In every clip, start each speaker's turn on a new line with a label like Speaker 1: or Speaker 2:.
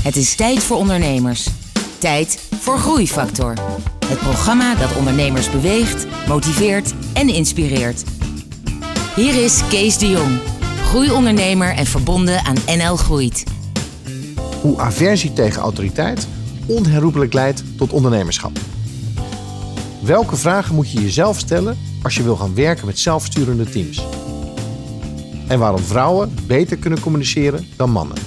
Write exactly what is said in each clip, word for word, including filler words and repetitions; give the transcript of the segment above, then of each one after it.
Speaker 1: Het is tijd voor ondernemers. Tijd voor Groeifactor. Het programma dat ondernemers beweegt, motiveert en inspireert. Hier is Kees de Jong, groeiondernemer en verbonden aan N L Groeit.
Speaker 2: Hoe aversie tegen autoriteit onherroepelijk leidt tot ondernemerschap. Welke vragen moet je jezelf stellen als je wil gaan werken met zelfsturende teams? En waarom vrouwen beter kunnen communiceren dan mannen.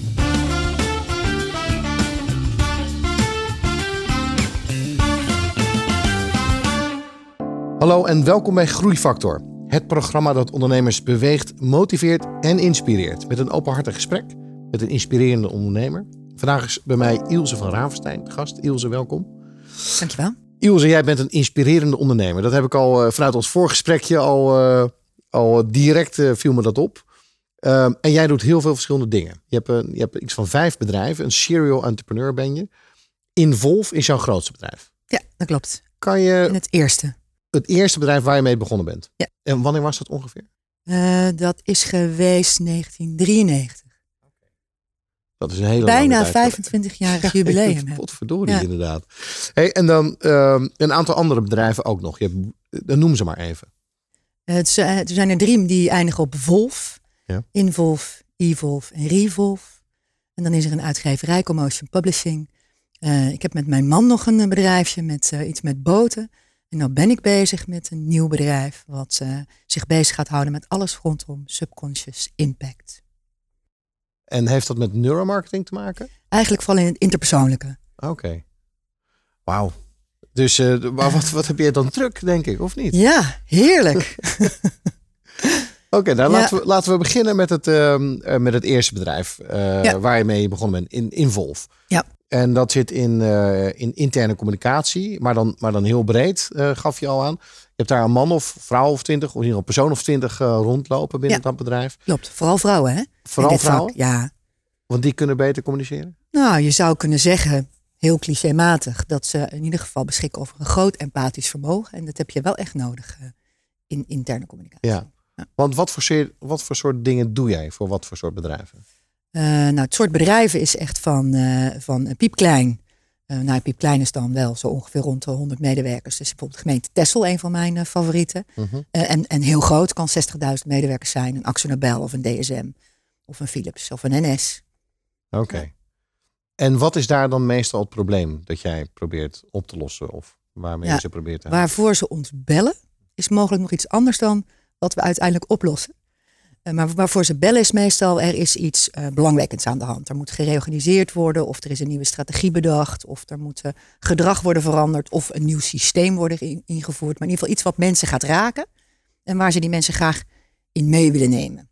Speaker 2: Hallo en welkom bij Groeifactor. Het programma dat ondernemers beweegt, motiveert en inspireert. Met een openhartig gesprek met een inspirerende ondernemer. Vandaag is bij mij Ilse van Ravenstein de gast. Ilse, welkom.
Speaker 3: Dankjewel.
Speaker 2: Ilse, jij bent een inspirerende ondernemer. Dat heb ik al uh, vanuit ons voorgesprekje al, uh, al direct uh, viel me dat op. Uh, en jij doet heel veel verschillende dingen. Je hebt, uh, je hebt iets van vijf bedrijven. Een serial entrepreneur ben je. Involve is jouw grootste bedrijf.
Speaker 3: Ja, dat klopt.
Speaker 2: Kan je...
Speaker 3: En het eerste.
Speaker 2: Het eerste bedrijf waar je mee begonnen bent.
Speaker 3: Ja.
Speaker 2: En wanneer was dat ongeveer?
Speaker 3: Uh, dat is geweest negentien drieënnegentig.
Speaker 2: Dat is een hele
Speaker 3: Bijna
Speaker 2: lange tijd.
Speaker 3: vijfentwintig-jarig jubileum.
Speaker 2: Potverdorie,
Speaker 3: ja.
Speaker 2: inderdaad. Hey, en dan uh, een aantal andere bedrijven ook nog. Je hebt, dan noem ze maar even.
Speaker 3: Uh, het, uh, er zijn er drie die eindigen op Volve.
Speaker 2: Ja.
Speaker 3: Involve, Evolve en Revolve. En dan is er een uitgeverij, Commotion Publishing. Uh, ik heb met mijn man nog een bedrijfje met uh, iets met boten. En nou ben ik bezig met een nieuw bedrijf wat uh, zich bezig gaat houden met alles rondom subconscious impact.
Speaker 2: En heeft dat met neuromarketing te maken?
Speaker 3: Eigenlijk vooral in het interpersoonlijke.
Speaker 2: Oké. Okay. Wauw. Dus uh, maar wat, wat heb je dan druk, denk ik, of niet?
Speaker 3: Ja, heerlijk.
Speaker 2: Oké, okay, nou
Speaker 3: ja.
Speaker 2: laten, we, laten we beginnen met het, uh, uh, met het eerste bedrijf uh, ja. waar je mee begonnen bent, in Involve.
Speaker 3: Ja.
Speaker 2: En dat zit in, uh, in interne communicatie, maar dan, maar dan heel breed, uh, gaf je al aan. Je hebt daar een man of vrouw of twintig, of in ieder geval persoon of twintig uh, rondlopen binnen
Speaker 3: ja.
Speaker 2: dat bedrijf.
Speaker 3: Klopt, vooral vrouwen, hè?
Speaker 2: Vooral vrouwen?
Speaker 3: Vak, ja.
Speaker 2: Want die kunnen beter communiceren?
Speaker 3: Nou, je zou kunnen zeggen, heel clichématig, dat ze in ieder geval beschikken over een groot empathisch vermogen. En dat heb je wel echt nodig uh, in interne communicatie.
Speaker 2: Ja. Ja. Want wat voor, soort, wat voor soort dingen doe jij voor wat voor soort bedrijven?
Speaker 3: Uh, nou, het soort bedrijven is echt van, uh, van piepklein. Uh, nou, piepklein is dan wel zo ongeveer rond de honderd medewerkers. Dus bijvoorbeeld de gemeente Texel, een van mijn uh, favorieten. Uh-huh. Uh, en, en heel groot, kan zestigduizend medewerkers zijn. Een Akzo Nobel of een D S M of een Philips of een N S.
Speaker 2: Oké. Okay. Ja. En wat is daar dan meestal het probleem dat jij probeert op te lossen? Of waarmee ja, je ze probeert te helpen?
Speaker 3: Waarvoor ze ons bellen is mogelijk nog iets anders dan wat we uiteindelijk oplossen. Uh, maar waarvoor ze bellen is meestal, er is iets uh, belangwekkends aan de hand. Er moet gereorganiseerd worden, of er is een nieuwe strategie bedacht, of er moet uh, gedrag worden veranderd, of een nieuw systeem worden in, ingevoerd. Maar in ieder geval iets wat mensen gaat raken en waar ze die mensen graag in mee willen nemen.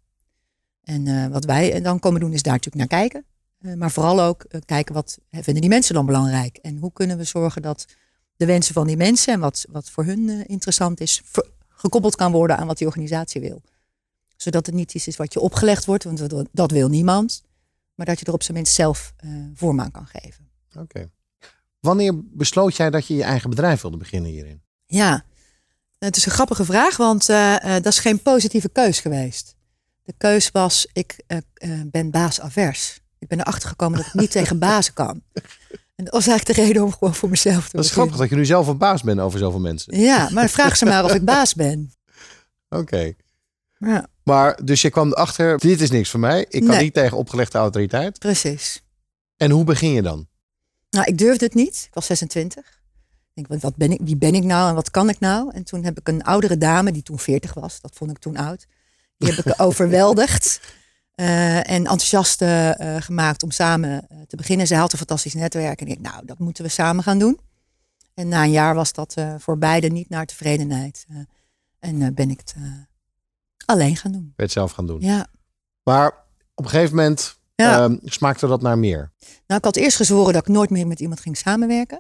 Speaker 3: En uh, wat wij dan komen doen is daar natuurlijk naar kijken. Uh, maar vooral ook uh, kijken wat uh, vinden die mensen dan belangrijk. En hoe kunnen we zorgen dat de wensen van die mensen en wat, wat voor hun uh, interessant is, ver, gekoppeld kan worden aan wat die organisatie wil. Zodat het niet iets is wat je opgelegd wordt, want dat wil niemand. Maar dat je er op zijn minst zelf uh, vorm aan kan geven.
Speaker 2: Oké. Okay. Wanneer besloot jij dat je je eigen bedrijf wilde beginnen hierin?
Speaker 3: Ja, het is een grappige vraag, want uh, uh, dat is geen positieve keus geweest. De keus was, ik uh, uh, ben baasavers. Ik ben erachter gekomen dat ik niet tegen bazen kan. En dat was eigenlijk de reden om gewoon voor mezelf te beginnen.
Speaker 2: Dat is grappig dat je nu zelf een baas bent over zoveel mensen.
Speaker 3: Ja, maar vraag ze maar of ik baas ben.
Speaker 2: Oké. Okay.
Speaker 3: Ja.
Speaker 2: Maar dus je kwam erachter, dit is niks voor mij. Ik kan nee. niet tegen opgelegde autoriteit.
Speaker 3: Precies.
Speaker 2: En hoe begin je dan?
Speaker 3: Nou, ik durfde het niet. Ik was zesentwintig. Ik denk, wat ben ik, wie ben ik nou en wat kan ik nou? En toen heb ik een oudere dame, die toen veertig was. Dat vond ik toen oud. Die heb ik overweldigd. Uh, en enthousiast uh, gemaakt om samen uh, te beginnen. Zij had een fantastisch netwerk. En ik dacht, nou, dat moeten we samen gaan doen. En na een jaar was dat uh, voor beiden niet naar tevredenheid. Uh, en uh, ben ik het uh, alleen gaan doen. Ben
Speaker 2: je het zelf gaan doen?
Speaker 3: Ja.
Speaker 2: Maar op een gegeven moment ja. uh, smaakte dat naar meer?
Speaker 3: Nou, ik had eerst gezworen dat ik nooit meer met iemand ging samenwerken.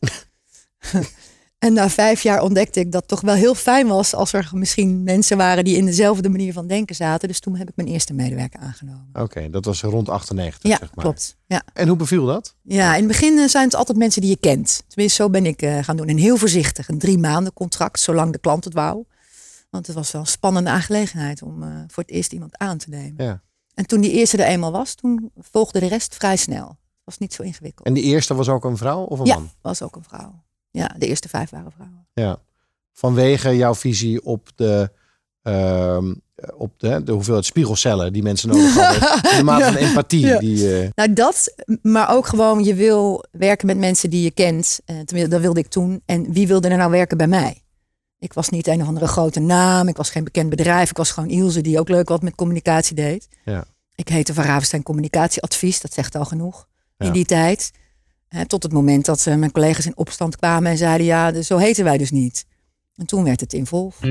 Speaker 3: En na vijf jaar ontdekte ik dat het toch wel heel fijn was als er misschien mensen waren die in dezelfde manier van denken zaten. Dus toen heb ik mijn eerste medewerker aangenomen.
Speaker 2: Oké, okay, dat was rond achtennegentig,
Speaker 3: ja,
Speaker 2: zeg maar.
Speaker 3: Klopt. Ja.
Speaker 2: En hoe beviel dat?
Speaker 3: Ja, in het begin zijn het altijd mensen die je kent. Tenminste, zo ben ik uh, gaan doen. En heel voorzichtig, een drie maanden contract, zolang de klant het wou. Want het was wel een spannende aangelegenheid om uh, voor het eerst iemand aan te nemen.
Speaker 2: Ja.
Speaker 3: En toen die eerste er eenmaal was, toen volgde de rest vrij snel. was niet zo ingewikkeld.
Speaker 2: En de eerste was ook een vrouw of een
Speaker 3: ja,
Speaker 2: man?
Speaker 3: was ook een vrouw. Ja, de eerste vijf waren vrouwen.
Speaker 2: Ja. Vanwege jouw visie op de, uh, op de, de hoeveelheid spiegelcellen die mensen nodig hadden. In de mate ja. van empathie.
Speaker 3: Ja.
Speaker 2: Die, uh...
Speaker 3: Nou dat, maar ook gewoon je wil werken met mensen die je kent. Uh, tenminste, dat wilde ik toen. En wie wilde er nou werken bij mij? Ik was niet een of andere grote naam. Ik was geen bekend bedrijf. Ik was gewoon Ilse die ook leuk wat met communicatie deed.
Speaker 2: Ja.
Speaker 3: Ik heette Van Ravenstein Communicatieadvies. Dat zegt al genoeg ja. in die tijd. Uh, tot het moment dat uh, mijn collega's in opstand kwamen en zeiden ja, dus zo heten wij dus niet. En toen werd het Involve.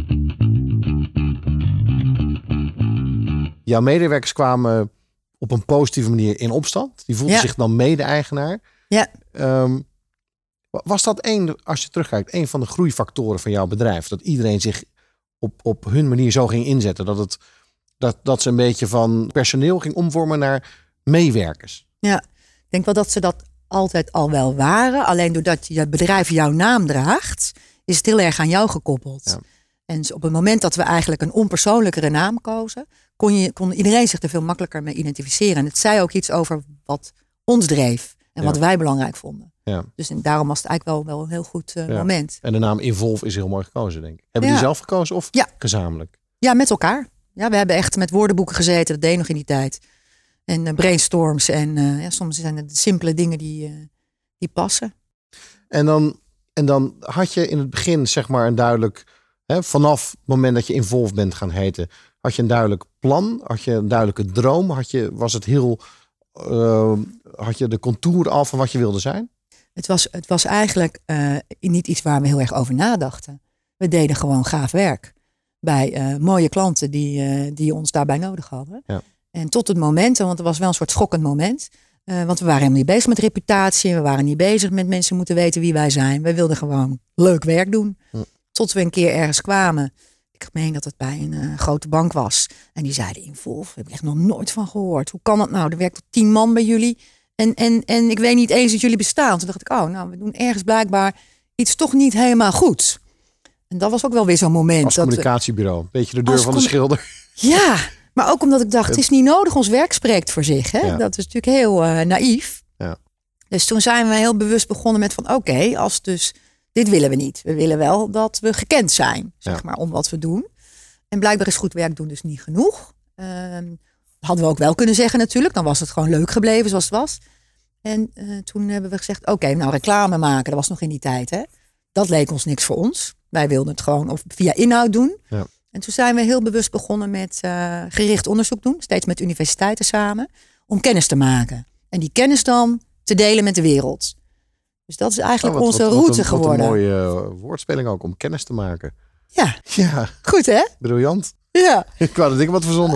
Speaker 2: Jouw medewerkers kwamen op een positieve manier in opstand. Die voelden ja. zich dan mede-eigenaar.
Speaker 3: Ja.
Speaker 2: Um, was dat een, als je terugkijkt, een van de groeifactoren van jouw bedrijf? Dat iedereen zich op, op hun manier zo ging inzetten. Dat, het, dat, dat ze een beetje van personeel ging omvormen naar meewerkers.
Speaker 3: Ja, ik denk wel dat ze dat altijd al wel waren. Alleen doordat je bedrijf jouw naam draagt, is het heel erg aan jou gekoppeld. Ja. En op het moment dat we eigenlijk een onpersoonlijkere naam kozen, kon, je, kon iedereen zich er veel makkelijker mee identificeren. En het zei ook iets over wat ons dreef en ja. wat wij belangrijk vonden. Ja. Dus en daarom was het eigenlijk wel, wel een heel goed uh, ja. moment.
Speaker 2: En de naam Involve is heel mooi gekozen, denk ik. Hebben
Speaker 3: ja.
Speaker 2: die zelf gekozen of
Speaker 3: ja.
Speaker 2: gezamenlijk?
Speaker 3: Ja, met elkaar. Ja, we hebben echt met woordenboeken gezeten. Dat deed je nog in die tijd. En uh, brainstorms. En uh, ja, soms zijn het simpele dingen die, uh, die passen.
Speaker 2: En dan, en dan had je in het begin zeg maar een duidelijk, hè, vanaf het moment dat je Involve bent gaan heten, had je een duidelijk plan? Had je een duidelijke droom? Had je, was het heel, uh, had je de contour al van wat je wilde zijn?
Speaker 3: Het was, het was eigenlijk uh, niet iets waar we heel erg over nadachten. We deden gewoon gaaf werk bij uh, mooie klanten die, uh, die ons daarbij nodig hadden. Ja. En tot het moment, want het was wel een soort schokkend moment. Uh, want we waren helemaal niet bezig met reputatie. We waren niet bezig met mensen moeten weten wie wij zijn. We wilden gewoon leuk werk doen. Ja. Tot we een keer ergens kwamen. Ik meen dat het bij een uh, grote bank was. En die zeiden Involve, daar heb ik echt nog nooit van gehoord. Hoe kan dat nou? Er werkt tot tien man bij jullie. En, en, en ik weet niet eens dat jullie bestaan. Toen dacht ik, oh, nou, we doen ergens blijkbaar iets toch niet helemaal goed. En dat was ook wel weer zo'n moment.
Speaker 2: Als
Speaker 3: dat
Speaker 2: communicatiebureau. Beetje de deur van de schilder.
Speaker 3: Ja, maar ook omdat ik dacht, het is niet nodig. Ons werk spreekt voor zich. Hè? Ja. Dat is natuurlijk heel uh, naïef. Ja. Dus toen zijn we heel bewust begonnen met van, oké, okay, als dus dit willen we niet. We willen wel dat we gekend zijn, zeg ja. maar, om wat we doen. En blijkbaar is goed werk doen dus niet genoeg. Um, hadden we ook wel kunnen zeggen natuurlijk. Dan was het gewoon leuk gebleven zoals het was. En uh, toen hebben we gezegd, oké, okay, nou reclame maken. Dat was nog in die tijd, hè. Dat leek ons niks voor ons. Wij wilden het gewoon of via inhoud doen. Ja. En toen zijn we heel bewust begonnen met uh, gericht onderzoek doen. Steeds met universiteiten samen. Om kennis te maken. En die kennis dan te delen met de wereld. Dus dat is eigenlijk oh, wat, onze
Speaker 2: wat,
Speaker 3: route
Speaker 2: wat een,
Speaker 3: geworden.
Speaker 2: Wat een mooie uh, woordspeling ook om kennis te maken.
Speaker 3: Ja,
Speaker 2: ja.
Speaker 3: Goed hè?
Speaker 2: Briljant.
Speaker 3: Ja.
Speaker 2: Ik wou dat ik wat verzonnen.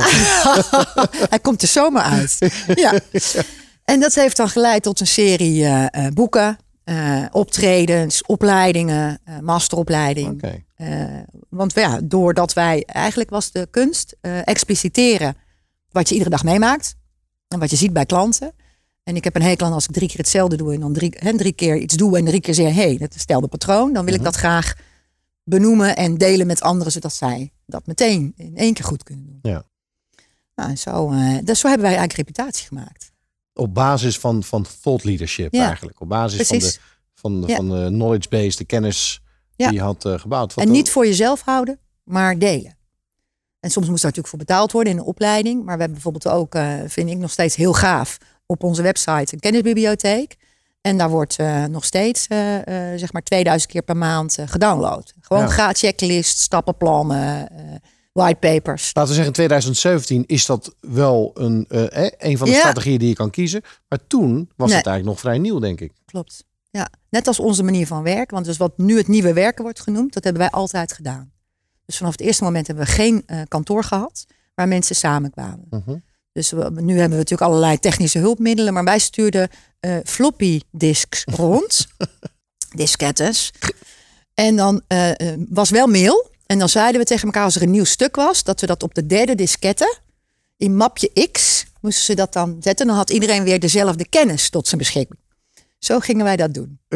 Speaker 3: Hij komt er zomaar uit. Ja. En dat heeft dan geleid tot een serie uh, uh, boeken, uh, optredens, opleidingen, uh, masteropleiding. Okay. Uh, want ja, doordat wij, eigenlijk was de kunst uh, expliciteren wat je iedere dag meemaakt. En wat je ziet bij klanten. En ik heb een hekel aan als ik drie keer hetzelfde doe en dan drie, hè, drie keer iets doe en drie keer zeg, hé, hey, dat is hetzelfde patroon. Dan wil mm-hmm. ik dat graag benoemen en delen met anderen, zodat zij dat meteen in één keer goed kunnen doen. Ja. Nou, en zo, uh, dus zo hebben wij eigenlijk reputatie gemaakt.
Speaker 2: Op basis van, van thought leadership ja. eigenlijk. Op basis Precies. van de, van de, ja. van de knowledge base, de kennis ja. die je had uh, gebouwd.
Speaker 3: Wat en niet voor jezelf houden, maar delen. En soms moest daar natuurlijk voor betaald worden in een opleiding. Maar we hebben bijvoorbeeld ook, uh, vind ik nog steeds heel gaaf, op onze website een kennisbibliotheek. En daar wordt uh, nog steeds uh, uh, zeg maar tweeduizend keer per maand uh, gedownload. Gewoon ja. gratis checklist, stappenplannen, uh, whitepapers.
Speaker 2: Laten we zeggen, in twintig zeventien is dat wel een, uh, eh, een van de ja. strategieën die je kan kiezen. Maar toen was nee. het eigenlijk nog vrij nieuw, denk ik.
Speaker 3: Klopt. Ja, net als onze manier van werken. Want dus wat nu het nieuwe werken wordt genoemd, dat hebben wij altijd gedaan. Dus vanaf het eerste moment hebben we geen uh, kantoor gehad waar mensen samenkwamen. Uh-huh. Dus we, nu hebben we natuurlijk allerlei technische hulpmiddelen. Maar wij stuurden uh, floppy disks rond. Diskettes. En dan uh, uh, was wel mail. En dan zeiden we tegen elkaar als er een nieuw stuk was, dat we dat op de derde diskette in mapje X moesten ze dat dan zetten. Dan had iedereen weer dezelfde kennis tot zijn beschikking. Zo gingen wij dat doen.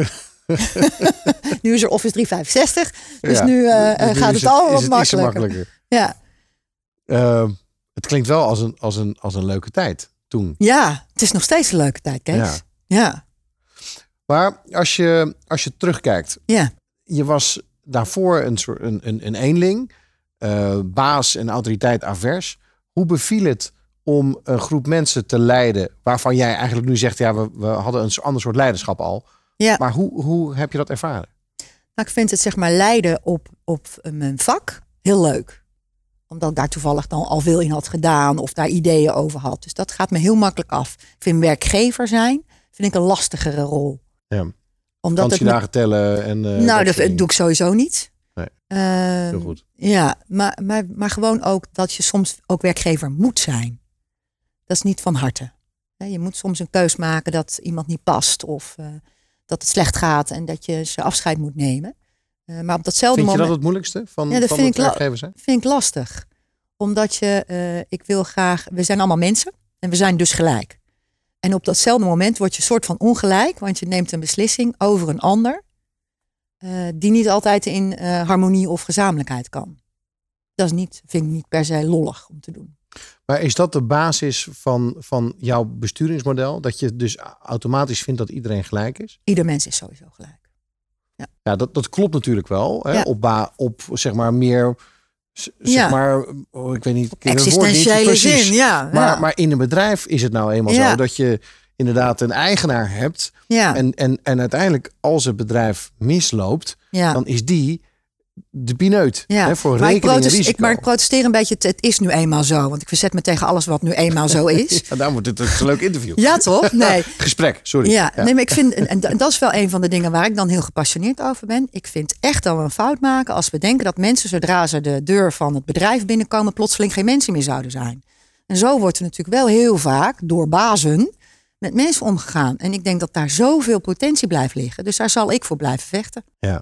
Speaker 3: Nu is er Office driehonderdvijfenzestig. Dus ja, nu, uh, nu gaat het, het al wat makkelijker. makkelijker. Ja.
Speaker 2: Uh, het klinkt wel als een, als, een, als een leuke tijd. toen.
Speaker 3: Ja, het is nog steeds een leuke tijd, Kees.
Speaker 2: Ja.
Speaker 3: Ja.
Speaker 2: Maar als je, als je terugkijkt.
Speaker 3: Ja.
Speaker 2: Je was daarvoor een soort een, een, een eenling. Uh, baas en autoriteit avers. Hoe beviel het om een groep mensen te leiden waarvan jij eigenlijk nu zegt, ja, we, we hadden een ander soort leiderschap al.
Speaker 3: Ja.
Speaker 2: Maar hoe, hoe heb je dat ervaren?
Speaker 3: Nou, ik vind het zeg maar leiden op, op mijn vak heel leuk. Omdat ik daar toevallig dan al veel in had gedaan of daar ideeën over had. Dus dat gaat me heel makkelijk af. Ik vind werkgever zijn, vind ik een lastigere rol.
Speaker 2: Ja.
Speaker 3: Omdat
Speaker 2: vakantiedagen
Speaker 3: het
Speaker 2: tellen en... Uh,
Speaker 3: nou, dat, dat doe ik sowieso niet.
Speaker 2: Nee,
Speaker 3: uh,
Speaker 2: heel goed.
Speaker 3: Ja, maar, maar, maar gewoon ook dat je soms ook werkgever moet zijn. Dat is niet van harte. Je moet soms een keus maken dat iemand niet past of uh, dat het slecht gaat en dat je ze afscheid moet nemen. Uh, maar op datzelfde
Speaker 2: moment... Vind je
Speaker 3: moment...
Speaker 2: dat het moeilijkste van,
Speaker 3: ja, dat
Speaker 2: van
Speaker 3: vind
Speaker 2: het
Speaker 3: ik
Speaker 2: werkgever zijn?
Speaker 3: vind ik lastig. Omdat je, uh, ik wil graag... We zijn allemaal mensen en we zijn dus gelijk. En op datzelfde moment word je soort van ongelijk, want je neemt een beslissing over een ander uh, die niet altijd in uh, harmonie of gezamenlijkheid kan. Dat is niet, vind ik niet per se lollig om te doen.
Speaker 2: Maar is dat de basis van, van jouw besturingsmodel? Dat je dus automatisch vindt dat iedereen gelijk is?
Speaker 3: Ieder mens is sowieso gelijk. Ja,
Speaker 2: ja dat, dat klopt natuurlijk wel. Hè?
Speaker 3: Ja.
Speaker 2: Op, ba, op zeg maar meer... Zeg
Speaker 3: ja.
Speaker 2: maar, oh, ik weet niet... Ik
Speaker 3: existentiële
Speaker 2: niet,
Speaker 3: zin, ja.
Speaker 2: Maar,
Speaker 3: ja.
Speaker 2: maar in een bedrijf is het nou eenmaal
Speaker 3: ja.
Speaker 2: zo dat je inderdaad een eigenaar hebt.
Speaker 3: Ja.
Speaker 2: En, en, en uiteindelijk als het bedrijf misloopt, ja. dan is die de pineut.
Speaker 3: Ja.
Speaker 2: Hè, voor
Speaker 3: maar
Speaker 2: rekening
Speaker 3: ik protest,
Speaker 2: en risico.
Speaker 3: Ik, maar ik protesteer een beetje, het, het is nu eenmaal zo. Want ik verzet me tegen alles wat nu eenmaal zo is.
Speaker 2: Ja, daarom wordt het een leuk interview.
Speaker 3: Ja, toch? Nee.
Speaker 2: Gesprek, sorry.
Speaker 3: Ja, ja. Nee, maar ik vind, en dat is wel een van de dingen waar ik dan heel gepassioneerd over ben. Ik vind echt dat we een fout maken als we denken dat mensen, zodra ze de deur van het bedrijf binnenkomen, plotseling geen mensen meer zouden zijn. En zo wordt er natuurlijk wel heel vaak door bazen met mensen omgegaan. En ik denk dat daar zoveel potentie blijft liggen. Dus daar zal ik voor blijven vechten.
Speaker 2: Ja.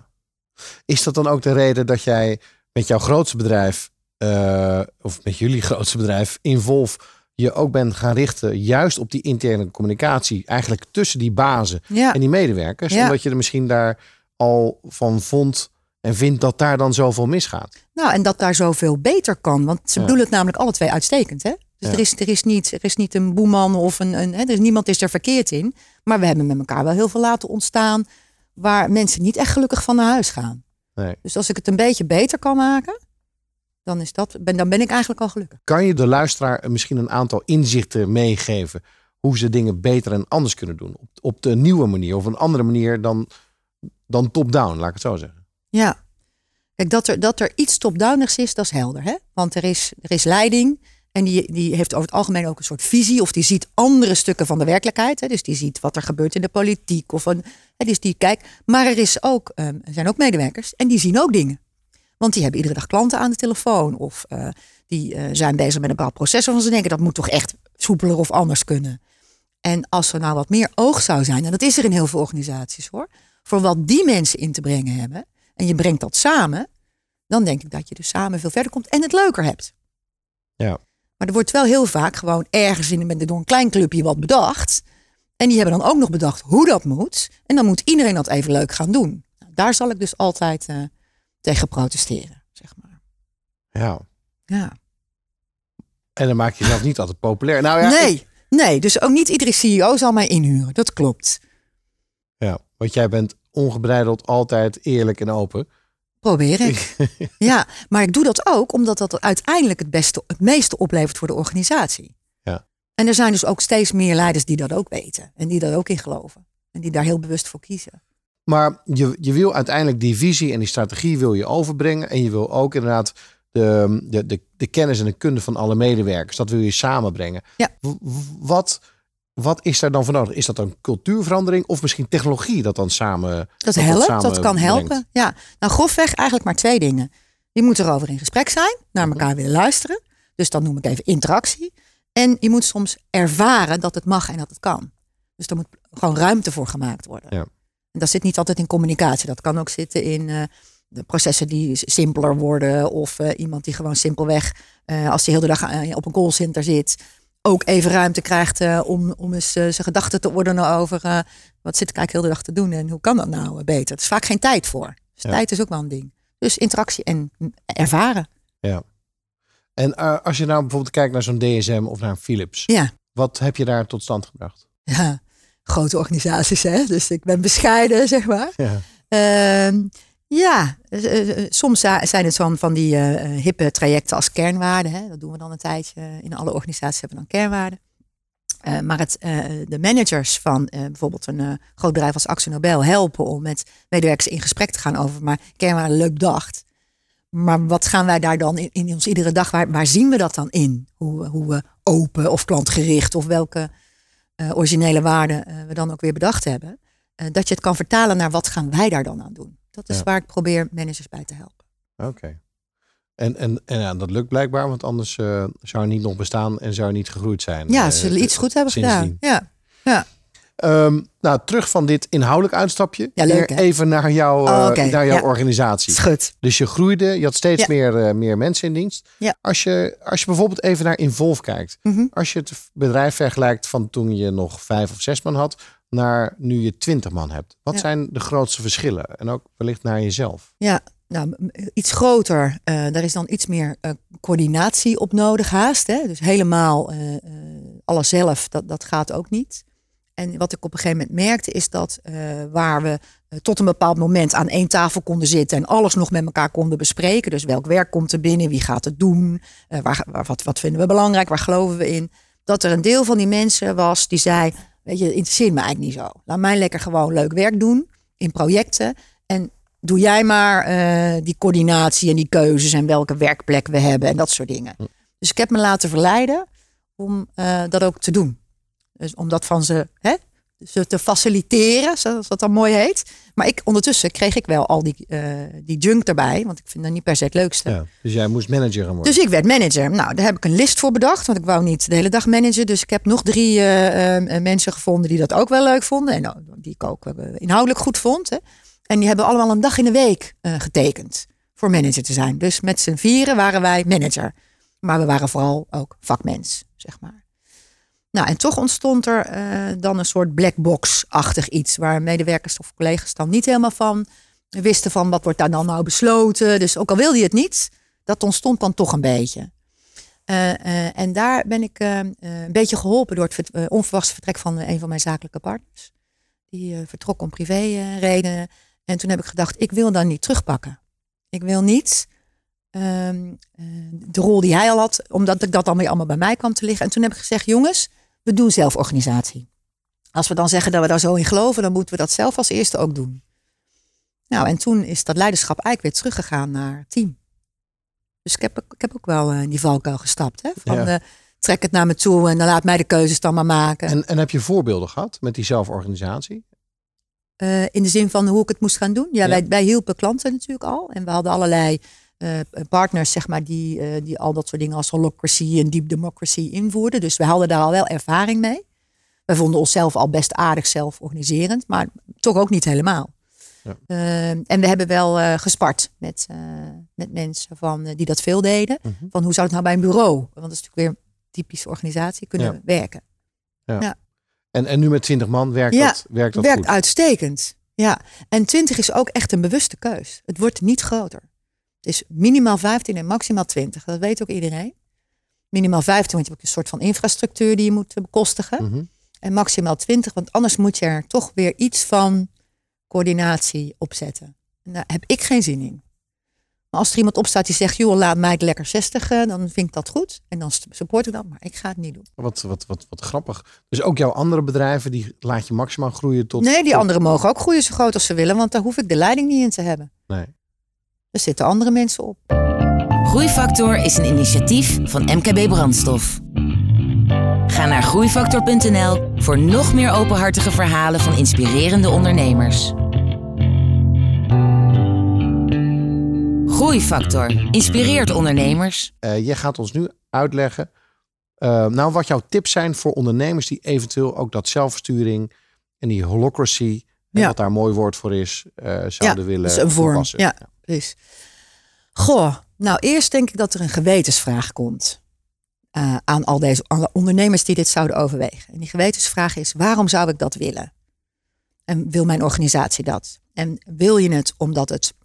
Speaker 2: Is dat dan ook de reden dat jij met jouw grootste bedrijf, uh, of met jullie grootste bedrijf, Involve, je ook bent gaan richten juist op die interne communicatie, eigenlijk tussen die bazen ja. en die medewerkers? Ja. Omdat je er misschien daar al van vond en vindt dat daar dan zoveel misgaat.
Speaker 3: Nou, en dat daar zoveel beter kan. Want ze ja. bedoelen het namelijk alle twee uitstekend, hè? Dus ja. er, is, er, is niet, er is niet een boeman of een... een hè, er is, niemand is er verkeerd in. Maar we hebben met elkaar wel heel veel laten ontstaan waar mensen niet echt gelukkig van naar huis gaan.
Speaker 2: Nee.
Speaker 3: Dus als ik het een beetje beter kan maken, dan, is dat, ben, dan ben ik eigenlijk al gelukkig.
Speaker 2: Kan je de luisteraar misschien een aantal inzichten meegeven hoe ze dingen beter en anders kunnen doen? Op, op de nieuwe manier of een andere manier dan, dan top-down, laat ik het zo zeggen.
Speaker 3: Ja, kijk, dat er, dat er iets top-downigs is, dat is helder. Hè? Want er is, er is leiding en die, die heeft over het algemeen ook een soort visie of die ziet andere stukken van de werkelijkheid. Hè? Dus die ziet wat er gebeurt in de politiek. Of een, hè, dus die kijkt. Maar er, is ook, um, er zijn ook medewerkers en die zien ook dingen. Want die hebben iedere dag klanten aan de telefoon. Of uh, die uh, zijn bezig met een bepaald proces waarvan ze denken dat moet toch echt soepeler of anders kunnen. En als er nou wat meer oog zou zijn, en dat is er in heel veel organisaties hoor, voor wat die mensen in te brengen hebben, en je brengt dat samen, dan denk ik dat je dus samen veel verder komt en het leuker hebt.
Speaker 2: Ja.
Speaker 3: Maar er wordt wel heel vaak gewoon ergens in, met door een klein clubje wat bedacht. En die hebben dan ook nog bedacht hoe dat moet. En dan moet iedereen dat even leuk gaan doen. Nou, daar zal ik dus altijd uh, tegen protesteren, zeg maar.
Speaker 2: Ja.
Speaker 3: Ja.
Speaker 2: En dan maak je jezelf niet altijd populair. Nou ja,
Speaker 3: nee,
Speaker 2: ik...
Speaker 3: nee, dus ook niet iedere C E O zal mij inhuren. Dat klopt.
Speaker 2: Ja, want jij bent ongebreideld altijd eerlijk en open.
Speaker 3: Probeer ik. Ja, maar ik doe dat ook omdat dat uiteindelijk het beste, het meeste oplevert voor de organisatie.
Speaker 2: Ja.
Speaker 3: En er zijn dus ook steeds meer leiders die dat ook weten. En die daar ook in geloven. En die daar heel bewust voor kiezen.
Speaker 2: Maar je, je wil uiteindelijk die visie en die strategie wil je overbrengen. En je wil ook inderdaad de, de, de, de kennis en de kunde van alle medewerkers. Dat wil je samenbrengen.
Speaker 3: Ja.
Speaker 2: W, wat, wat is daar dan voor nodig? Is dat een cultuurverandering of misschien technologie dat dan samen
Speaker 3: Dat,
Speaker 2: dat
Speaker 3: helpt,
Speaker 2: samen
Speaker 3: dat kan
Speaker 2: brengt?
Speaker 3: helpen. Ja. Nou, grofweg eigenlijk maar twee dingen. Je moet erover in gesprek zijn, naar elkaar willen luisteren. Dus dat noem ik even interactie. En je moet soms ervaren dat het mag en dat het kan. Dus daar moet gewoon ruimte voor gemaakt worden.
Speaker 2: Ja.
Speaker 3: En dat zit niet altijd in communicatie. Dat kan ook zitten in uh, de processen die simpeler worden. Of uh, iemand die gewoon simpelweg, uh, als hij heel de dag uh, op een callcenter zit, ook even ruimte krijgt uh, om, om eens uh, zijn gedachten te ordenen over uh, wat zit ik eigenlijk heel de dag te doen en hoe kan dat nou uh, beter. Er is vaak geen tijd voor. Dus ja. Tijd is ook wel een ding. Dus interactie en ervaren.
Speaker 2: Ja. En uh, als je nou bijvoorbeeld kijkt naar zo'n D S M of naar een Philips.
Speaker 3: Ja.
Speaker 2: Wat heb je daar tot stand gebracht?
Speaker 3: Ja, grote organisaties, hè? Dus ik ben bescheiden, zeg maar.
Speaker 2: Ja,
Speaker 3: Uh, ja uh, soms zijn het van, van die uh, hippe trajecten als kernwaarden. Hè? Dat doen we dan een tijdje. In alle organisaties hebben we dan kernwaarden. Uh, maar het, uh, de managers van uh, bijvoorbeeld een uh, groot bedrijf als Akzo Nobel helpen om met medewerkers in gesprek te gaan over maar kernwaarden leuk bedacht. Maar wat gaan wij daar dan in, in ons iedere dag, waar, waar zien we dat dan in? Hoe, hoe we open of klantgericht of welke uh, originele waarden uh, we dan ook weer bedacht hebben. Uh, dat je het kan vertalen naar wat gaan wij daar dan aan doen. Dat is ja. waar ik probeer managers bij te helpen.
Speaker 2: Oké. Okay. En, en, en ja, dat lukt blijkbaar, want anders uh, zou je niet nog bestaan en zou je niet gegroeid zijn.
Speaker 3: Ja, ze zullen uh, iets goed hebben sindsdien. gedaan. Ja, ja.
Speaker 2: Um, nou, terug van dit inhoudelijk uitstapje.
Speaker 3: Ja, leuk,
Speaker 2: even naar, jou, uh, oh, okay. naar jouw ja. organisatie.
Speaker 3: Schut.
Speaker 2: Dus je groeide, je had steeds ja. meer, uh, meer mensen in dienst.
Speaker 3: Ja.
Speaker 2: Als je, als je bijvoorbeeld even naar Involve kijkt.
Speaker 3: Mm-hmm.
Speaker 2: Als je het bedrijf vergelijkt van toen je nog vijf of zes man had, naar nu je twintig man hebt. Wat ja. zijn de grootste verschillen? En ook wellicht naar jezelf.
Speaker 3: Ja, nou, iets groter. Uh, daar is dan iets meer uh, coördinatie op nodig haast. Hè? Dus helemaal uh, uh, alles zelf, dat, dat gaat ook niet. En wat ik op een gegeven moment merkte is dat uh, waar we uh, tot een bepaald moment aan één tafel konden zitten en alles nog met elkaar konden bespreken. Dus welk werk komt er binnen, wie gaat het doen, uh, waar, waar, wat, wat vinden we belangrijk, waar geloven we in. Dat er een deel van die mensen was die zei, weet je, het interesseert me eigenlijk niet zo. Laat mij lekker gewoon leuk werk doen in projecten. En doe jij maar uh, die coördinatie en die keuzes en welke werkplek we hebben en dat soort dingen. Hm. Dus ik heb me laten verleiden om uh, dat ook te doen. Dus om dat van ze, hè, ze te faciliteren, zoals dat dan mooi heet. Maar ik, ondertussen kreeg ik wel al die, uh, die junk erbij. Want ik vind dat niet per se het leukste.
Speaker 2: Ja, dus jij moest manager gaan worden.
Speaker 3: Dus ik werd manager. Nou, daar heb ik een list voor bedacht. Want ik wou niet de hele dag managen. Dus ik heb nog drie uh, uh, mensen gevonden die dat ook wel leuk vonden. En nou, die ik ook uh, inhoudelijk goed vond. Hè. En die hebben allemaal een dag in de week uh, getekend. Voor manager te zijn. Dus met z'n vieren waren wij manager. Maar we waren vooral ook vakmens, zeg maar. Nou, en toch ontstond er uh, dan een soort black box-achtig iets. Waar medewerkers of collega's dan niet helemaal van wisten van wat wordt daar dan nou besloten. Dus ook al wilde je het niet, dat ontstond dan toch een beetje. Uh, uh, en daar ben ik uh, uh, een beetje geholpen door het ver- uh, onverwachte vertrek van uh, een van mijn zakelijke partners. Die uh, vertrok om privé uh, redenen. En toen heb ik gedacht, ik wil dan niet terugpakken. Ik wil niet uh, uh, de rol die hij al had, omdat ik dat dan weer allemaal bij mij kwam te liggen. En toen heb ik gezegd, jongens, we doen zelforganisatie. Als we dan zeggen dat we daar zo in geloven, dan moeten we dat zelf als eerste ook doen. Nou, en toen is dat leiderschap eigenlijk weer teruggegaan naar het team. Dus ik heb, ik heb ook wel in die valkuil gestapt. Hè? Van ja. uh, trek het naar me toe en dan laat mij de keuzes dan maar maken.
Speaker 2: En, en heb je voorbeelden gehad met die zelforganisatie?
Speaker 3: Uh, in de zin van hoe ik het moest gaan doen? Ja, ja. Wij, wij hielpen klanten natuurlijk al. En we hadden allerlei uh, partners, zeg maar, die, uh, die al dat soort dingen als holacracy en deep democracy invoerden. Dus we hadden daar al wel ervaring mee. We vonden onszelf al best aardig zelforganiserend, maar toch ook niet helemaal. Ja. Uh, en we hebben wel uh, gespart met, uh, met mensen van, uh, die dat veel deden. Mm-hmm. Van hoe zou het nou bij een bureau? Want dat is natuurlijk weer een typische organisatie kunnen ja. werken.
Speaker 2: Ja. Ja. En, en nu met twintig man werkt
Speaker 3: ja,
Speaker 2: dat, werkt dat
Speaker 3: werkt
Speaker 2: goed?
Speaker 3: uitstekend. Ja. En twintig is ook echt een bewuste keus. Het wordt niet groter. Het is minimaal vijftien en maximaal twintig. Dat weet ook iedereen. Minimaal vijftien, want je hebt een soort van infrastructuur die je moet bekostigen. Mm-hmm. En maximaal twintig, want anders moet je er toch weer iets van coördinatie opzetten. En daar heb ik geen zin in. Maar als er iemand opstaat die zegt, joh, laat mij het lekker zestigen, dan vind ik dat goed. En dan support ik dat, maar ik ga het niet doen.
Speaker 2: Wat, wat, wat, wat grappig. Dus ook jouw andere bedrijven, die laat je maximaal groeien tot...
Speaker 3: Nee, die
Speaker 2: tot...
Speaker 3: anderen mogen ook groeien zo groot als ze willen, want daar hoef ik de leiding niet in te hebben.
Speaker 2: Nee.
Speaker 3: Er zitten andere mensen op.
Speaker 1: Groeifactor is een initiatief van M K B Brandstof. Ga naar groeifactor punt n l voor nog meer openhartige verhalen van inspirerende ondernemers. Groeifactor inspireert ondernemers.
Speaker 2: Uh, je gaat ons nu uitleggen uh, nou wat jouw tips zijn voor ondernemers die eventueel ook dat zelfversturing en die holacracy, en
Speaker 3: ja.
Speaker 2: wat daar een mooi woord voor is, uh, zouden
Speaker 3: ja,
Speaker 2: willen
Speaker 3: dat is een vorm.
Speaker 2: toepassen.
Speaker 3: Ja, precies. Goh, nou eerst denk ik dat er een gewetensvraag komt. Uh, aan al deze ondernemers die dit zouden overwegen. En die gewetensvraag is, waarom zou ik dat willen? En wil mijn organisatie dat? En wil je het omdat het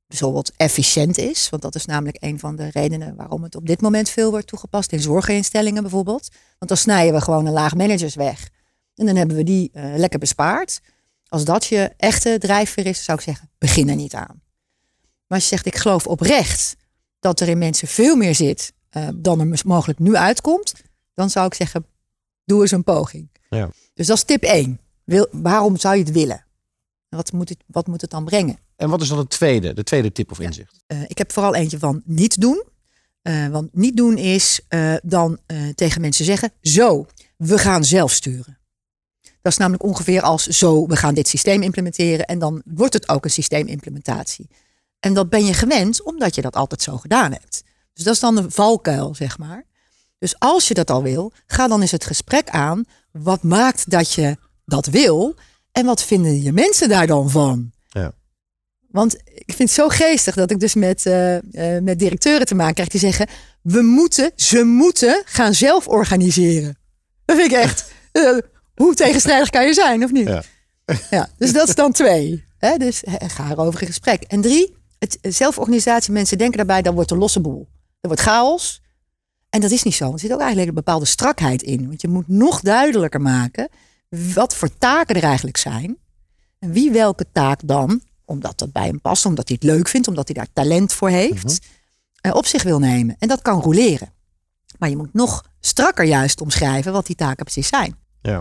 Speaker 3: bijvoorbeeld efficiënt is. Want dat is namelijk een van de redenen waarom het op dit moment veel wordt toegepast. In zorginstellingen bijvoorbeeld. Want dan snijden we gewoon een laag managers weg. En dan hebben we die uh, lekker bespaard. Als dat je echte drijfveer is, zou ik zeggen, begin er niet aan. Maar als je zegt, ik geloof oprecht dat er in mensen veel meer zit uh, dan er mogelijk nu uitkomt. Dan zou ik zeggen, doe eens een poging.
Speaker 2: Ja.
Speaker 3: Dus dat is tip één. Wil, waarom zou je het willen? Wat moet het, wat moet het dan brengen?
Speaker 2: En wat is dan het tweede, de tweede tip of inzicht?
Speaker 3: Ja, uh, ik heb vooral eentje van niet doen. Uh, want niet doen is uh, dan uh, tegen mensen zeggen, zo, we gaan zelf sturen. Dat is namelijk ongeveer als zo, we gaan dit systeem implementeren. En dan wordt het ook een systeemimplementatie. En dat ben je gewend, omdat je dat altijd zo gedaan hebt. Dus dat is dan de valkuil, zeg maar. Dus als je dat al wil, ga dan eens het gesprek aan. Wat maakt dat je dat wil? En wat vinden je mensen daar dan van?
Speaker 2: Ja.
Speaker 3: Want ik vind het zo geestig dat ik dus met, uh, uh, met directeuren te maken krijg die zeggen, we moeten, ze moeten gaan zelf organiseren. Dat vind ik echt, uh, hoe tegenstrijdig kan je zijn, of niet?
Speaker 2: Ja.
Speaker 3: Ja, dus dat is dan twee. Hè? Dus ga erover in gesprek. En drie, het, zelforganisatie, mensen denken daarbij, dan wordt een losse boel. Er wordt chaos. En dat is niet zo. Er zit ook eigenlijk een bepaalde strakheid in. Want je moet nog duidelijker maken wat voor taken er eigenlijk zijn. En wie welke taak dan, omdat dat bij hem past, omdat hij het leuk vindt, omdat hij daar talent voor heeft, mm-hmm. op zich wil nemen. En dat kan roleren. Maar je moet nog strakker juist omschrijven wat die taken precies zijn.
Speaker 2: Ja.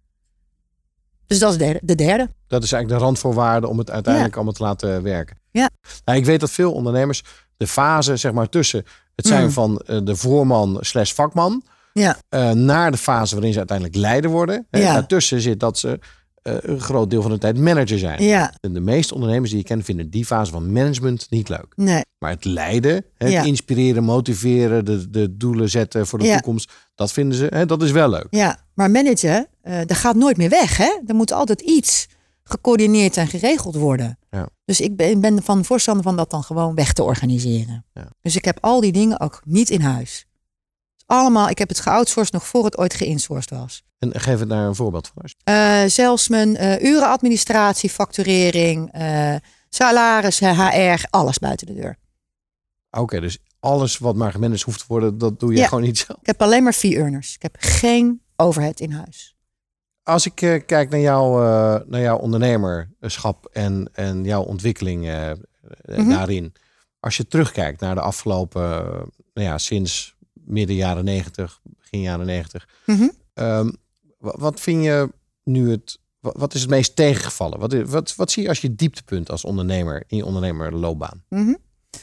Speaker 3: Dus dat is de derde. De derde.
Speaker 2: Dat is eigenlijk de randvoorwaarde om het uiteindelijk ja. allemaal te laten werken.
Speaker 3: Ja.
Speaker 2: Nou, ik weet dat veel ondernemers de fase zeg maar tussen het zijn mm. van uh, de voorman slash vakman
Speaker 3: ja.
Speaker 2: uh, naar de fase waarin ze uiteindelijk leider worden. Ja. Daartussen zit dat ze uh, een groot deel van de tijd manager zijn.
Speaker 3: Ja.
Speaker 2: En de meeste ondernemers die je kent vinden die fase van management niet leuk.
Speaker 3: Nee.
Speaker 2: Maar het leiden, het
Speaker 3: ja.
Speaker 2: inspireren, motiveren, de, de doelen zetten voor de ja. toekomst, dat vinden ze, hè, dat is wel leuk.
Speaker 3: Ja, maar managen, uh, dat gaat nooit meer weg. Hè? Er moet altijd iets gecoördineerd en geregeld worden.
Speaker 2: Ja.
Speaker 3: Dus ik ben, ben van voorstander van dat dan gewoon weg te organiseren.
Speaker 2: Ja.
Speaker 3: Dus ik heb al die dingen ook niet in huis. Allemaal, ik heb het geoutsourced nog voor het ooit geïnsourced was.
Speaker 2: En geef het daar een voorbeeld van.
Speaker 3: Uh, zelfs mijn uh, urenadministratie, facturering, uh, salaris, H R, alles buiten de deur.
Speaker 2: Oké, okay, dus alles wat maar gemanaged hoeft te worden, dat doe je
Speaker 3: ja.
Speaker 2: gewoon niet zelf.
Speaker 3: Ik heb alleen maar fee-earners. Ik heb geen overhead in huis.
Speaker 2: Als ik uh, kijk naar, jou, uh, naar jouw ondernemerschap en, en jouw ontwikkeling uh, mm-hmm. daarin. Als je terugkijkt naar de afgelopen, uh, nou ja, sinds midden jaren negentig, begin jaren negentig.
Speaker 3: Mm-hmm.
Speaker 2: Um, wat, wat vind je nu het, wat, wat is het meest tegengevallen? Wat, wat, wat zie je als je dieptepunt als ondernemer in je ondernemerloopbaan?
Speaker 3: Mm-hmm.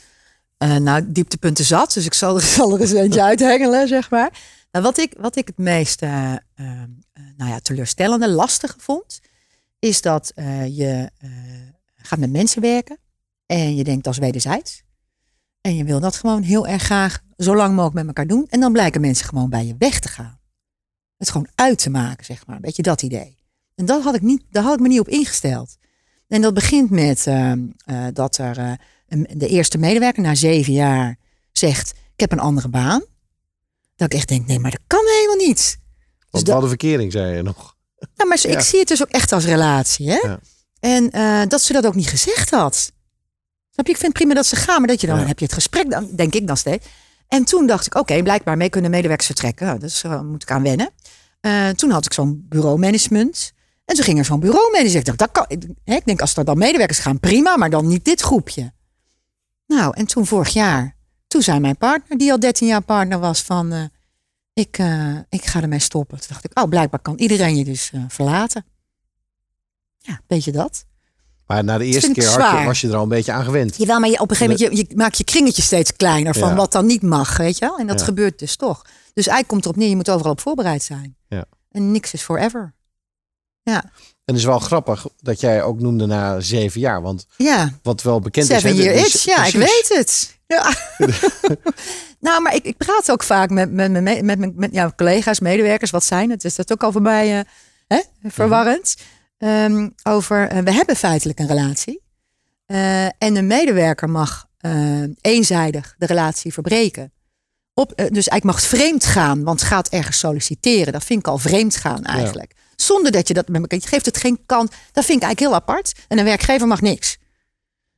Speaker 3: Uh, nou, dieptepunten zat, dus ik zal er, zal er eens eentje uithengelen, zeg maar. Nou, wat, ik, wat ik het meest uh, uh, nou ja, teleurstellende, lastige vond, is dat uh, je uh, gaat met mensen werken en je denkt dat is wederzijds. En je wil dat gewoon heel erg graag zo lang mogelijk met elkaar doen. En dan blijken mensen gewoon bij je weg te gaan. Het gewoon uit te maken, zeg maar. Een beetje dat idee. En dat had ik niet, daar had ik me niet op ingesteld. En dat begint met uh, uh, dat er uh, de eerste medewerker na zeven jaar zegt, ik heb een andere baan. Dat ik echt denk, nee, maar dat kan helemaal niet.
Speaker 2: Want dus wat een verkering, zei je nog.
Speaker 3: Nou, maar ja. ik zie het dus ook echt als relatie. Hè? Ja. En uh, dat ze dat ook niet gezegd had. Snap je? Ik vind het prima dat ze gaan, maar dat je dan, ja. heb je het gesprek, dan, denk ik dan steeds. En toen dacht ik, oké, okay, blijkbaar mee kunnen medewerkers vertrekken. Nou, dus uh, moet ik aan wennen. Uh, toen had ik zo'n bureaumanagement. En toen ging er zo'n bureaumanager. Ik dacht, dat kan. Hè, ik denk, als er dan medewerkers gaan, prima, maar dan niet dit groepje. Nou, en toen vorig jaar, toen zei mijn partner, die al dertien jaar partner was, van uh, ik, uh, ik ga ermee stoppen. Toen dacht ik, oh, blijkbaar kan iedereen je dus uh, verlaten. Ja, weet je dat?
Speaker 2: Maar na de eerste keer had je, was je er al een beetje aan gewend.
Speaker 3: Jawel, maar je, op een gegeven moment, je, je maakt je kringetje steeds kleiner van ja. wat dan niet mag, weet je wel? En dat ja. gebeurt dus toch. Dus eigenlijk komt erop neer, je moet overal op voorbereid zijn.
Speaker 2: Ja.
Speaker 3: En niks is forever. Ja.
Speaker 2: En het is wel grappig dat jij ook noemde na zeven jaar. Want
Speaker 3: ja.
Speaker 2: wat wel bekend
Speaker 3: Seven
Speaker 2: is...
Speaker 3: Seven year
Speaker 2: itch,
Speaker 3: ja, precies. Ik weet het. Ja. Nou, maar ik, ik praat ook vaak met, met, met, met, met, met ja, collega's, medewerkers. Wat zijn het? Is dat ook al voorbij uh, hè? verwarrend? Um, over, uh, we hebben feitelijk een relatie. Uh, en een medewerker mag uh, eenzijdig de relatie verbreken. Op, uh, dus eigenlijk mag vreemd gaan, want gaat ergens solliciteren. Dat vind ik al vreemd gaan eigenlijk. Ja. Zonder dat je dat met elkaar... Je geeft het geen kans. Dat vind ik eigenlijk heel apart. En een werkgever mag niks.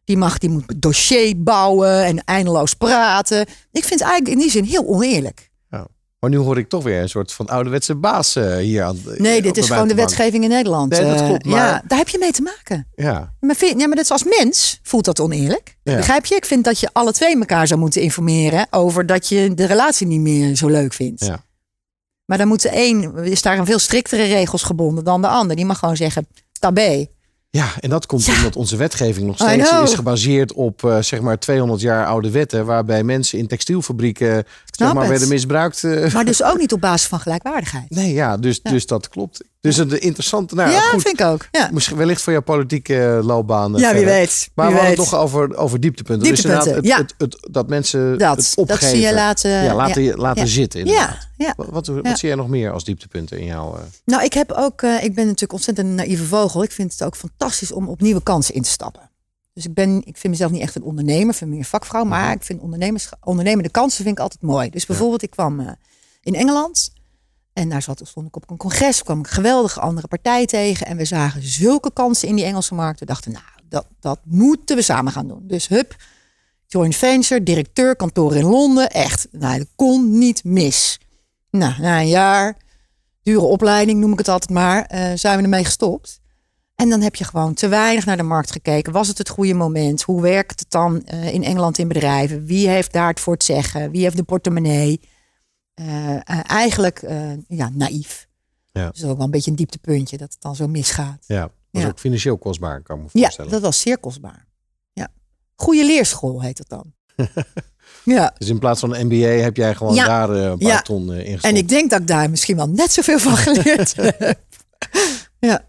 Speaker 3: Die mag, die moet een dossier bouwen en eindeloos praten. Ik vind het eigenlijk in die zin heel oneerlijk.
Speaker 2: Ja. Maar nu hoor ik toch weer een soort van ouderwetse baas uh, hier aan.
Speaker 3: Nee, dit is gewoon de wetgeving in Nederland.
Speaker 2: Nee, dat klopt. Maar...
Speaker 3: Ja, daar heb je mee te maken.
Speaker 2: Ja.
Speaker 3: Maar, vind, ja, maar dat is als mens voelt dat oneerlijk. Ja. Begrijp je? Ik vind dat je alle twee elkaar zou moeten informeren over dat je de relatie niet meer zo leuk vindt.
Speaker 2: Ja.
Speaker 3: Maar dan moet de een, is daar een veel striktere regels gebonden dan de ander. Die mag gewoon zeggen, tabé.
Speaker 2: Ja, en dat komt
Speaker 3: ja.
Speaker 2: omdat onze wetgeving nog steeds is gebaseerd op uh, zeg maar tweehonderd jaar oude wetten, waarbij mensen in textielfabrieken zeg maar, werden misbruikt. Uh.
Speaker 3: Maar dus ook niet op basis van gelijkwaardigheid.
Speaker 2: Nee, ja, dus, ja. dus dat klopt. Dus een interessante. Nou,
Speaker 3: ja,
Speaker 2: goed,
Speaker 3: vind ik ook. Ja.
Speaker 2: Misschien wellicht voor jouw politieke loopbaan.
Speaker 3: Ja, wie
Speaker 2: verder.
Speaker 3: weet.
Speaker 2: Maar
Speaker 3: wie
Speaker 2: we
Speaker 3: weet.
Speaker 2: hadden het nog over, over dieptepunten.
Speaker 3: dieptepunten.
Speaker 2: Dus
Speaker 3: Ja.
Speaker 2: het, het, het, dat mensen
Speaker 3: dat,
Speaker 2: het opgeven.
Speaker 3: Dat zie je laten,
Speaker 2: ja, laten,
Speaker 3: ja.
Speaker 2: laten
Speaker 3: ja.
Speaker 2: zitten.
Speaker 3: Ja. Ja.
Speaker 2: Wat, wat, wat
Speaker 3: ja.
Speaker 2: zie jij nog meer als dieptepunten in jouw... Uh...
Speaker 3: Nou, ik heb ook. Uh, ik ben natuurlijk ontzettend een naïeve vogel. Ik vind het ook fantastisch om op nieuwe kansen in te stappen. Dus ik ben, ik vind mezelf niet echt een ondernemer, ik vind meer vakvrouw, maar ik vind ondernemers, ondernemende kansen vind ik altijd mooi. Dus bijvoorbeeld, ik kwam uh, in Engeland en daar zat, stond ik op een congres, kwam ik een geweldige andere partij tegen en we zagen zulke kansen in die Engelse markt. We dachten, nou, dat, dat moeten we samen gaan doen. Dus hup, joint venture, directeur, kantoor in Londen, echt, nou, dat kon niet mis. Nou, na een jaar, dure opleiding noem ik het altijd maar, uh, zijn we ermee gestopt. En dan heb je gewoon te weinig naar de markt gekeken. Was het het goede moment? Hoe werkt het dan uh, in Engeland in bedrijven? Wie heeft daar het voor het zeggen? Wie heeft de portemonnee? Uh, uh, eigenlijk uh, ja, naïef.
Speaker 2: Ja.
Speaker 3: Dus ook wel een beetje een dieptepuntje dat het dan zo misgaat.
Speaker 2: Ja, dat was
Speaker 3: ja.
Speaker 2: ook financieel kostbaar, kan ik me voorstellen.
Speaker 3: Ja, dat was zeer kostbaar. Ja. Goede leerschool heet het dan. Ja.
Speaker 2: Dus in plaats van een M B A heb jij gewoon ja. daar uh, een paar ja. ton uh, ingestopt.
Speaker 3: En ik denk dat ik daar misschien wel net zoveel van geleerd heb. Ja.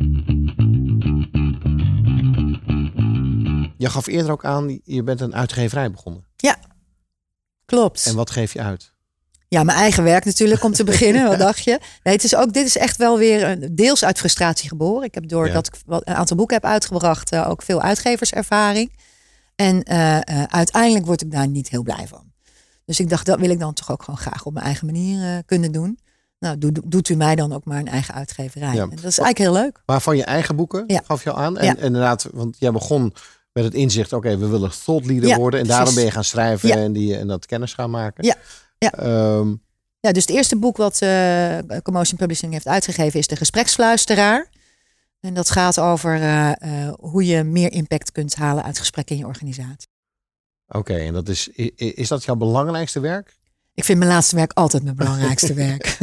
Speaker 2: Je gaf eerder ook aan, je bent een uitgeverij begonnen.
Speaker 3: Ja, klopt.
Speaker 2: En wat geef je uit?
Speaker 3: Ja, mijn eigen werk natuurlijk om te beginnen. Wat dacht je? Nee, het is ook, dit is echt wel weer een, deels uit frustratie geboren. Ik heb doordat ja. ik een aantal boeken heb uitgebracht, uh, ook veel uitgeverservaring. En uh, uh, uiteindelijk word ik daar niet heel blij van. Dus ik dacht, dat wil ik dan toch ook gewoon graag op mijn eigen manier uh, kunnen doen. Nou, do, do, doet u mij dan ook maar een eigen uitgeverij. Ja. En dat is eigenlijk heel leuk.
Speaker 2: Maar van je eigen boeken ja. gaf je al aan. En,
Speaker 3: ja.
Speaker 2: en inderdaad, want jij begon met het inzicht, oké, okay, we willen thought leader ja, worden. En precies. daarom ben je gaan schrijven ja. en, die, en dat kennis gaan maken.
Speaker 3: Ja, ja.
Speaker 2: Um,
Speaker 3: ja dus het eerste boek wat uh, Commotion Publishing heeft uitgegeven is De Gespreksfluisteraar. En dat gaat over uh, uh, hoe je meer impact kunt halen uit gesprekken in je organisatie.
Speaker 2: Oké, okay, en dat is, is dat jouw belangrijkste werk?
Speaker 3: Ik vind mijn laatste werk altijd mijn belangrijkste werk.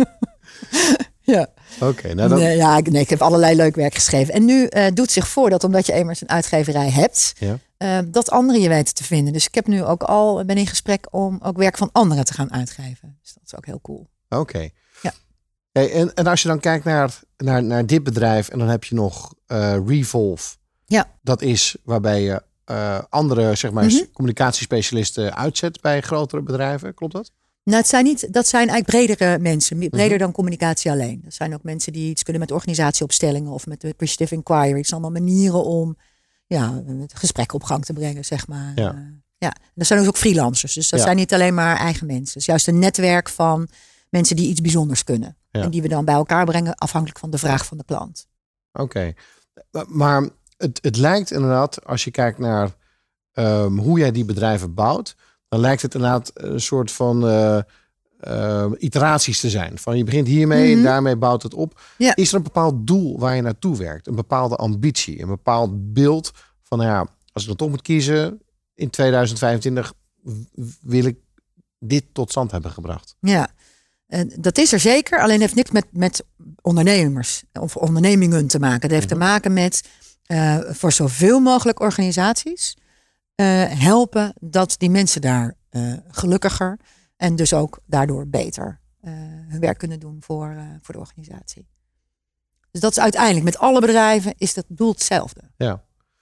Speaker 3: ja.
Speaker 2: Oké, okay, nou dan...
Speaker 3: nee, ja, nee, ik heb allerlei leuk werk geschreven. En nu uh, doet zich voor dat omdat je eenmaal een uitgeverij hebt, ja. uh, dat anderen je weten te vinden. Dus ik heb nu ook al ben in gesprek om ook werk van anderen te gaan uitgeven. Dus dat is ook heel cool.
Speaker 2: Oké. Okay.
Speaker 3: Ja.
Speaker 2: Hey, en, en als je dan kijkt naar, naar, naar dit bedrijf en dan heb je nog uh, Revolve.
Speaker 3: Ja.
Speaker 2: Dat is waarbij je uh, andere zeg maar mm-hmm. communicatiespecialisten uitzet bij grotere bedrijven. Klopt dat?
Speaker 3: Nou, het zijn niet, dat zijn eigenlijk bredere mensen. Breder mm-hmm. dan communicatie alleen. Dat zijn ook mensen die iets kunnen met organisatieopstellingen of met de appreciative inquiry. Het zijn allemaal manieren om ja, het gesprek op gang te brengen, zeg maar.
Speaker 2: Ja.
Speaker 3: Uh, ja. En dat zijn dus ook freelancers. Dus dat ja. zijn niet alleen maar eigen mensen. Het is juist een netwerk van mensen die iets bijzonders kunnen. Ja. En die we dan bij elkaar brengen afhankelijk van de vraag van de klant.
Speaker 2: Oké. Okay. Maar het, het lijkt inderdaad, als je kijkt naar um, hoe jij die bedrijven bouwt, dan lijkt het inderdaad een soort van uh, uh, iteraties te zijn. Van je begint hiermee mm-hmm. en daarmee bouwt het op. Ja. Is er een bepaald doel waar je naartoe werkt? Een bepaalde ambitie, een bepaald beeld van, nou ja, als ik dan toch moet kiezen, in tweeduizend vijfentwintig wil ik dit tot stand hebben gebracht.
Speaker 3: Ja, uh, dat is er zeker. Alleen heeft niks met, met ondernemers of ondernemingen te maken. Het heeft mm-hmm. te maken met uh, voor zoveel mogelijk organisaties Uh, helpen dat die mensen daar uh, gelukkiger en dus ook daardoor beter uh, hun werk kunnen doen voor, uh, voor de organisatie. Dus dat is uiteindelijk met alle bedrijven is dat doel hetzelfde.
Speaker 2: Ja.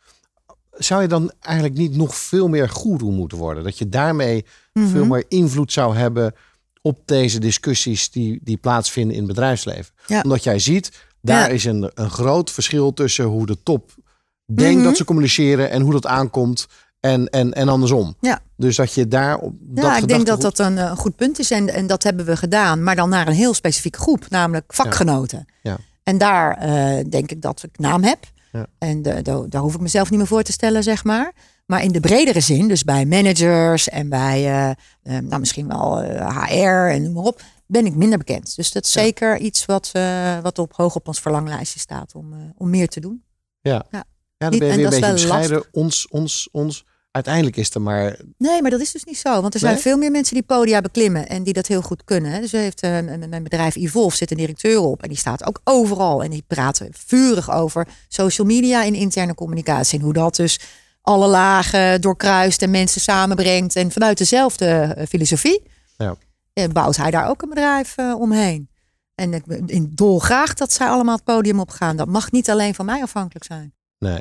Speaker 2: Zou je dan eigenlijk niet nog veel meer goeroe moeten worden? Dat je daarmee mm-hmm. veel meer invloed zou hebben op deze discussies die, die plaatsvinden in het bedrijfsleven. Ja. Omdat jij ziet, daar ja. is een, een groot verschil tussen hoe de top denkt mm-hmm. dat ze communiceren en hoe dat aankomt. En, en, en andersom.
Speaker 3: Ja.
Speaker 2: Dus dat je daar op dat
Speaker 3: Ja, ik denk dat dat een, een goed punt is. En, en dat hebben we gedaan. Maar dan naar een heel specifieke groep. Namelijk vakgenoten.
Speaker 2: Ja. Ja.
Speaker 3: En daar uh, denk ik dat ik naam heb.
Speaker 2: Ja.
Speaker 3: En de, de, daar hoef ik mezelf niet meer voor te stellen, zeg maar. Maar in de bredere zin, dus bij managers en bij uh, uh, nou, misschien wel uh, H R en noem maar op, ben ik minder bekend. Dus dat is ja. zeker iets wat, uh, wat op hoog op ons verlanglijstje staat om, uh, om meer te doen.
Speaker 2: Ja, ja. ja dan ben je weer een beetje bescheiden. Ons, ons, ons, uiteindelijk is er maar...
Speaker 3: Nee, maar dat is dus niet zo. Want er zijn nee? veel meer mensen die podia beklimmen en die dat heel goed kunnen. Hè. Dus er heeft uh, mijn bedrijf Evolve zit een directeur op en die staat ook overal. En die praat vurig over social media en interne communicatie. En hoe dat dus alle lagen doorkruist en mensen samenbrengt. En vanuit dezelfde uh, filosofie
Speaker 2: ja.
Speaker 3: uh, bouwt hij daar ook een bedrijf uh, omheen. En ik uh, dolgraag dat zij allemaal het podium opgaan. Dat mag niet alleen van mij afhankelijk zijn.
Speaker 2: Nee.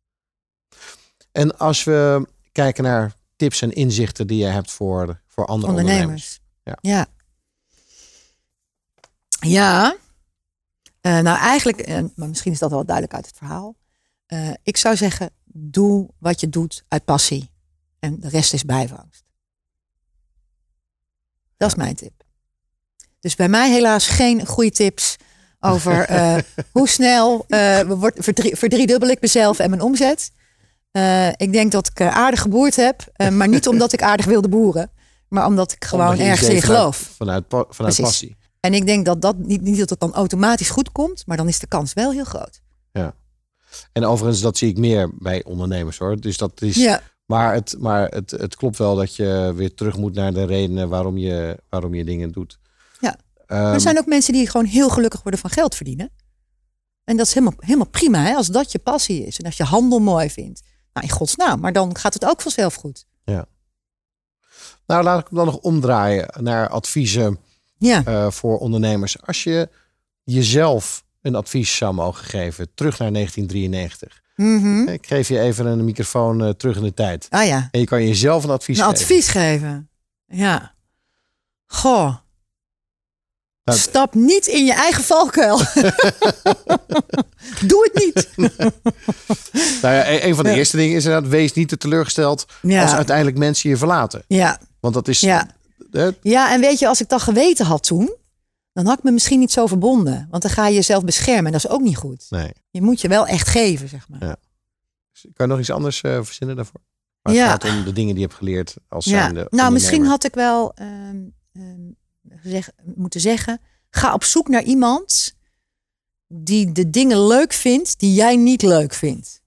Speaker 2: En als we kijken naar tips en inzichten die je hebt voor, voor andere ondernemers.
Speaker 3: ondernemers. Ja. Ja. Ja. Uh, nou eigenlijk, uh, maar misschien is dat wel duidelijk uit het verhaal. Uh, ik zou zeggen, doe wat je doet uit passie. En de rest is bijvangst. Dat is mijn tip. Dus bij mij helaas geen goede tips over uh, hoe snel uh, verdrie, verdriedubbel ik mezelf en mijn omzet. Uh, ik denk dat ik aardig geboerd heb. Uh, maar niet omdat ik aardig wilde boeren. Maar omdat ik gewoon omdat ergens in geloof.
Speaker 2: Vanuit, vanuit, vanuit passie.
Speaker 3: En ik denk dat dat niet, niet dat het dan automatisch goed komt. Maar dan is de kans wel heel groot.
Speaker 2: Ja. En overigens, dat zie ik meer bij ondernemers hoor. Dus dat is.
Speaker 3: Ja.
Speaker 2: Maar, het, maar het, het klopt wel dat je weer terug moet naar de redenen waarom je, waarom je dingen doet.
Speaker 3: Ja. Um, maar er zijn ook mensen die gewoon heel gelukkig worden van geld verdienen. En dat is helemaal, helemaal prima hè, als dat je passie is. En als je handel mooi vindt. Nou, in godsnaam. Maar dan gaat het ook vanzelf goed.
Speaker 2: Ja. Nou, laat ik hem dan nog omdraaien naar adviezen
Speaker 3: ja.
Speaker 2: uh, voor ondernemers. Als je jezelf een advies zou mogen geven, terug naar negentien drieënnegentig.
Speaker 3: Mm-hmm.
Speaker 2: Ik geef je even een microfoon uh, terug in de tijd.
Speaker 3: Ah ja.
Speaker 2: En je kan jezelf een advies
Speaker 3: een
Speaker 2: geven.
Speaker 3: Een advies geven. Ja. Goh.
Speaker 2: Nou,
Speaker 3: Stap niet in je eigen valkuil. Doe het niet.
Speaker 2: Nou ja, een van de ja. eerste dingen is inderdaad, wees niet te teleurgesteld ja. als uiteindelijk mensen je verlaten.
Speaker 3: Ja.
Speaker 2: Want dat is...
Speaker 3: Ja.
Speaker 2: Hè?
Speaker 3: Ja, en weet je, als ik dat geweten had toen, dan had ik me misschien niet zo verbonden. Want dan ga je jezelf beschermen en dat is ook niet goed.
Speaker 2: Nee.
Speaker 3: Je moet je wel echt geven, zeg maar.
Speaker 2: Ja. Kan je nog iets anders uh, verzinnen daarvoor? Maar het
Speaker 3: ja.
Speaker 2: gaat om de dingen die je hebt geleerd als
Speaker 3: ja.
Speaker 2: zijnde
Speaker 3: Nou, misschien had ik wel um, um, zeg, moeten zeggen, ga op zoek naar iemand die de dingen leuk vindt die jij niet leuk vindt.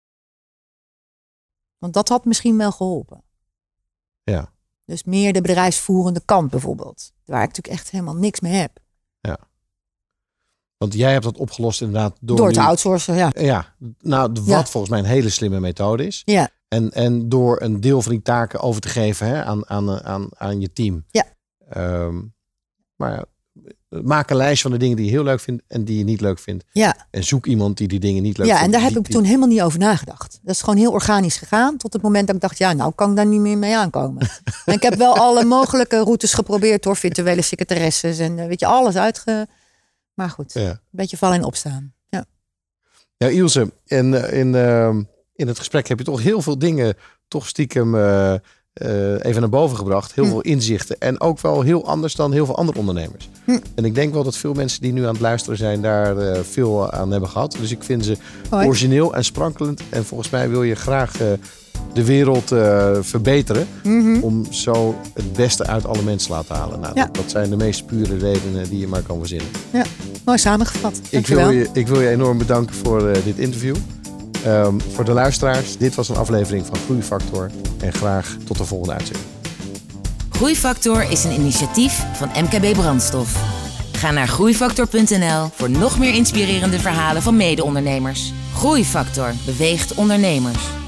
Speaker 3: Want dat had misschien wel geholpen.
Speaker 2: Ja.
Speaker 3: Dus meer de bedrijfsvoerende kant bijvoorbeeld. Waar ik natuurlijk echt helemaal niks mee heb.
Speaker 2: Ja. Want jij hebt dat opgelost inderdaad door...
Speaker 3: Door
Speaker 2: nu,
Speaker 3: te outsourcen, ja.
Speaker 2: Ja. Nou, wat ja. volgens mij een hele slimme methode is.
Speaker 3: Ja.
Speaker 2: En, en door een deel van die taken over te geven hè, aan, aan, aan, aan je team.
Speaker 3: Ja.
Speaker 2: Um, maar maak een lijst van de dingen die je heel leuk vindt en die je niet leuk vindt.
Speaker 3: Ja.
Speaker 2: En zoek iemand die die dingen niet leuk
Speaker 3: ja,
Speaker 2: vindt.
Speaker 3: Ja, en daar
Speaker 2: die,
Speaker 3: heb ik
Speaker 2: die...
Speaker 3: toen helemaal niet over nagedacht. Dat is gewoon heel organisch gegaan. Tot het moment dat ik dacht, ja, nou kan ik daar niet meer mee aankomen. En ik heb wel alle mogelijke routes geprobeerd door virtuele secretaresses en weet je, alles uitge... Maar goed,
Speaker 2: ja.
Speaker 3: een beetje vallen en opstaan. Ja,
Speaker 2: ja Ilse, in, in, uh, in het gesprek heb je toch heel veel dingen toch stiekem uh, uh, even naar boven gebracht. Heel hm. veel inzichten. En ook wel heel anders dan heel veel andere ondernemers. Hm. En ik denk wel dat veel mensen die nu aan het luisteren zijn daar uh, veel aan hebben gehad. Dus ik vind ze Hoi. origineel en sprankelend. En volgens mij wil je graag uh, de wereld uh, verbeteren.
Speaker 3: Mm-hmm.
Speaker 2: Om zo het beste uit alle mensen te laten halen. Nou,
Speaker 3: ja.
Speaker 2: dat, dat zijn de meest pure redenen die je maar kan verzinnen.
Speaker 3: Ja, mooi samengevat.
Speaker 2: Ik wil, je, ik wil je enorm bedanken voor uh, dit interview. Um, voor de luisteraars, dit was een aflevering van Groeifactor. En graag tot de volgende uitzending.
Speaker 1: Groeifactor is een initiatief van M K B Brandstof. Ga naar groeifactor punt n l voor nog meer inspirerende verhalen van mede-ondernemers. Groeifactor beweegt ondernemers.